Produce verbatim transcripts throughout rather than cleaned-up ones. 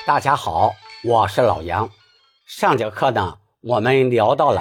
大家好，我是老杨。上节课呢，我们聊到了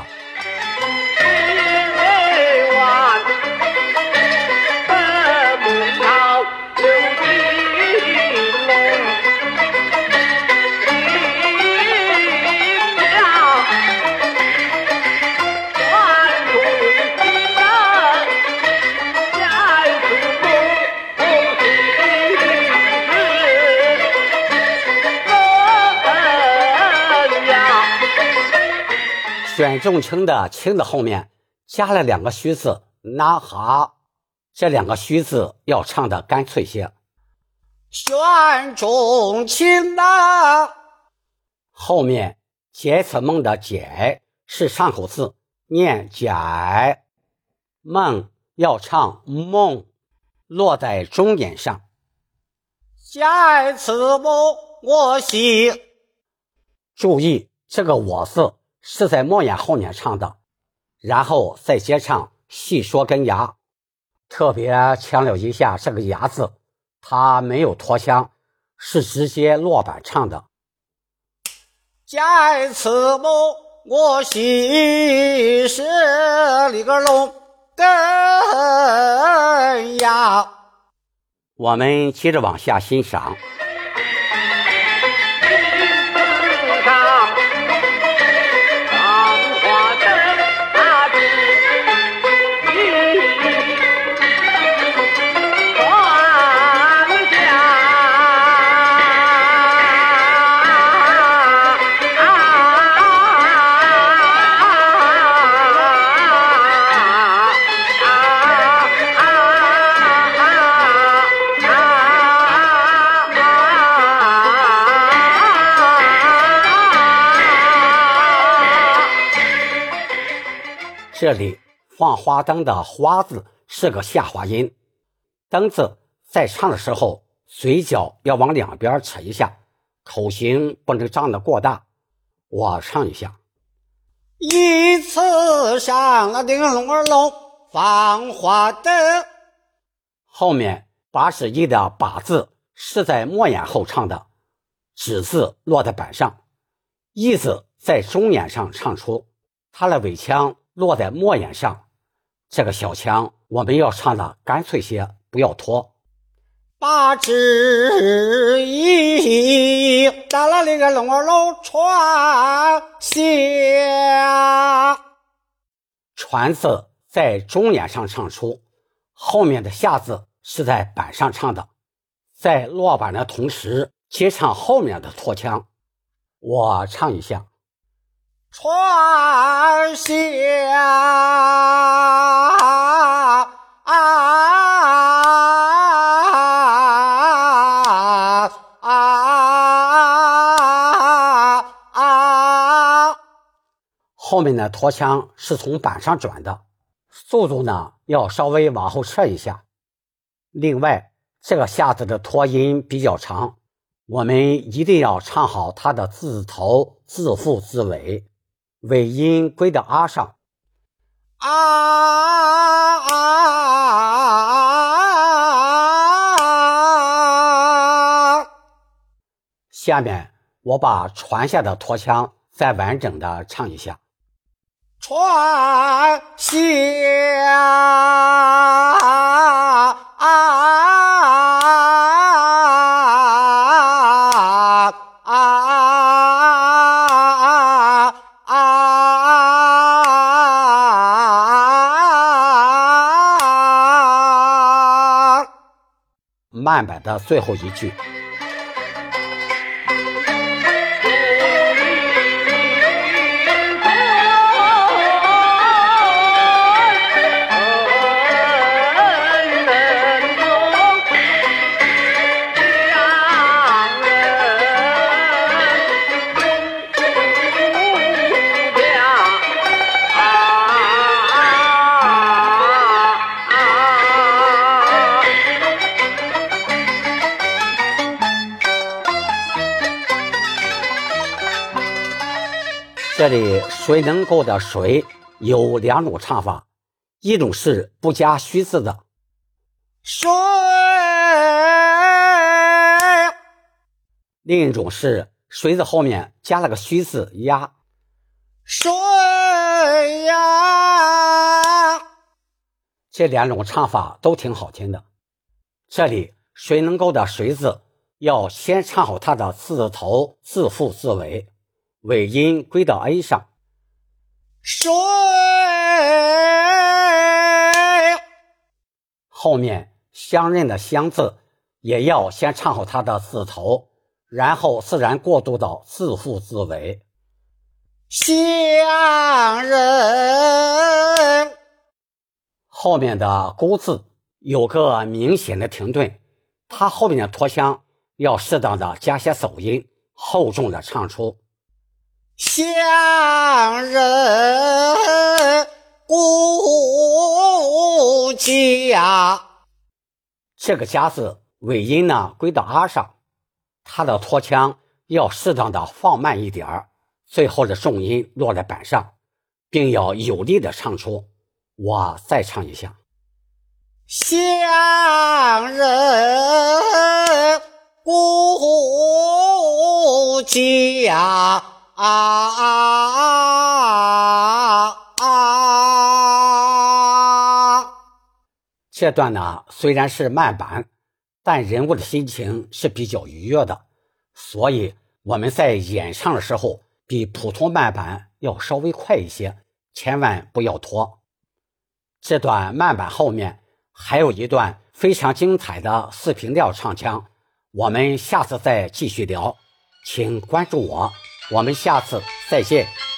选中卿的卿的后面加了两个虚字那哈，这两个虚字要唱的干脆些。选中卿的后面解此梦的解是上口字，念解，梦要唱梦，落在中眼上。解此梦我喜，注意这个我字是在末眼后面唱的，然后再接唱细说根牙，特别强调一下这个牙字，它没有拖腔，是直接落板唱的。解此梦我喜是里个龙根牙。我们接着往下欣赏。这里放花灯的花字是个下滑音，灯字在唱的时候嘴角要往两边扯一下，口型不能张得过大。我唱一下。一次上了顶龙儿龙放花灯，后面把指一的把字是在末眼后唱的，指字落在板上，一字在中眼上唱出，它的尾腔落在末眼上，这个小腔我们要唱的干脆些，不要拖。把指一打了那个龙儿龙传下，传字在中眼上唱出，后面的下字是在板上唱的，在落板的同时接唱后面的拖腔。我唱一下。传下啊啊啊！后面的拖腔是从板上转的，速度呢要稍微往后撤一下。另外，这个下字的拖音比较长，我们一定要唱好它的字头、字腹、字尾。尾音归到啊上，啊啊啊！下面我把传下的拖腔再完整的唱一下。传下慢板的最后一句。这里谁能够的谁有两种唱法，一种是不加虚字的水，另一种是水字后面加了个虚字呀， 水呀， 这两种唱法都挺好听的。这里水能沟的水字要先唱好它的字头、字腹、字尾，尾音归到 A 上。 水后面相认的相字也要先唱好它的字头，然后自然过渡到字腹字尾。 相认后面的勾字有个明显的停顿，它后面的拖腔要适当的加些走音，厚重的唱出。 相认故家， 这个家字尾音呢归到啊上，它的拖腔要适当的放慢一点儿，最后的重音落在板上，并要有力的唱出。我再唱一下。 相认故家啊啊啊！ 这段呢虽然是慢板，但人物的心情是比较愉悦的，所以我们在演唱的时候比普通慢板要稍微快一些，千万不要拖。这段慢板后面还有一段非常精彩的四平调唱腔，我们下次再继续聊，请关注我，我们下次再见。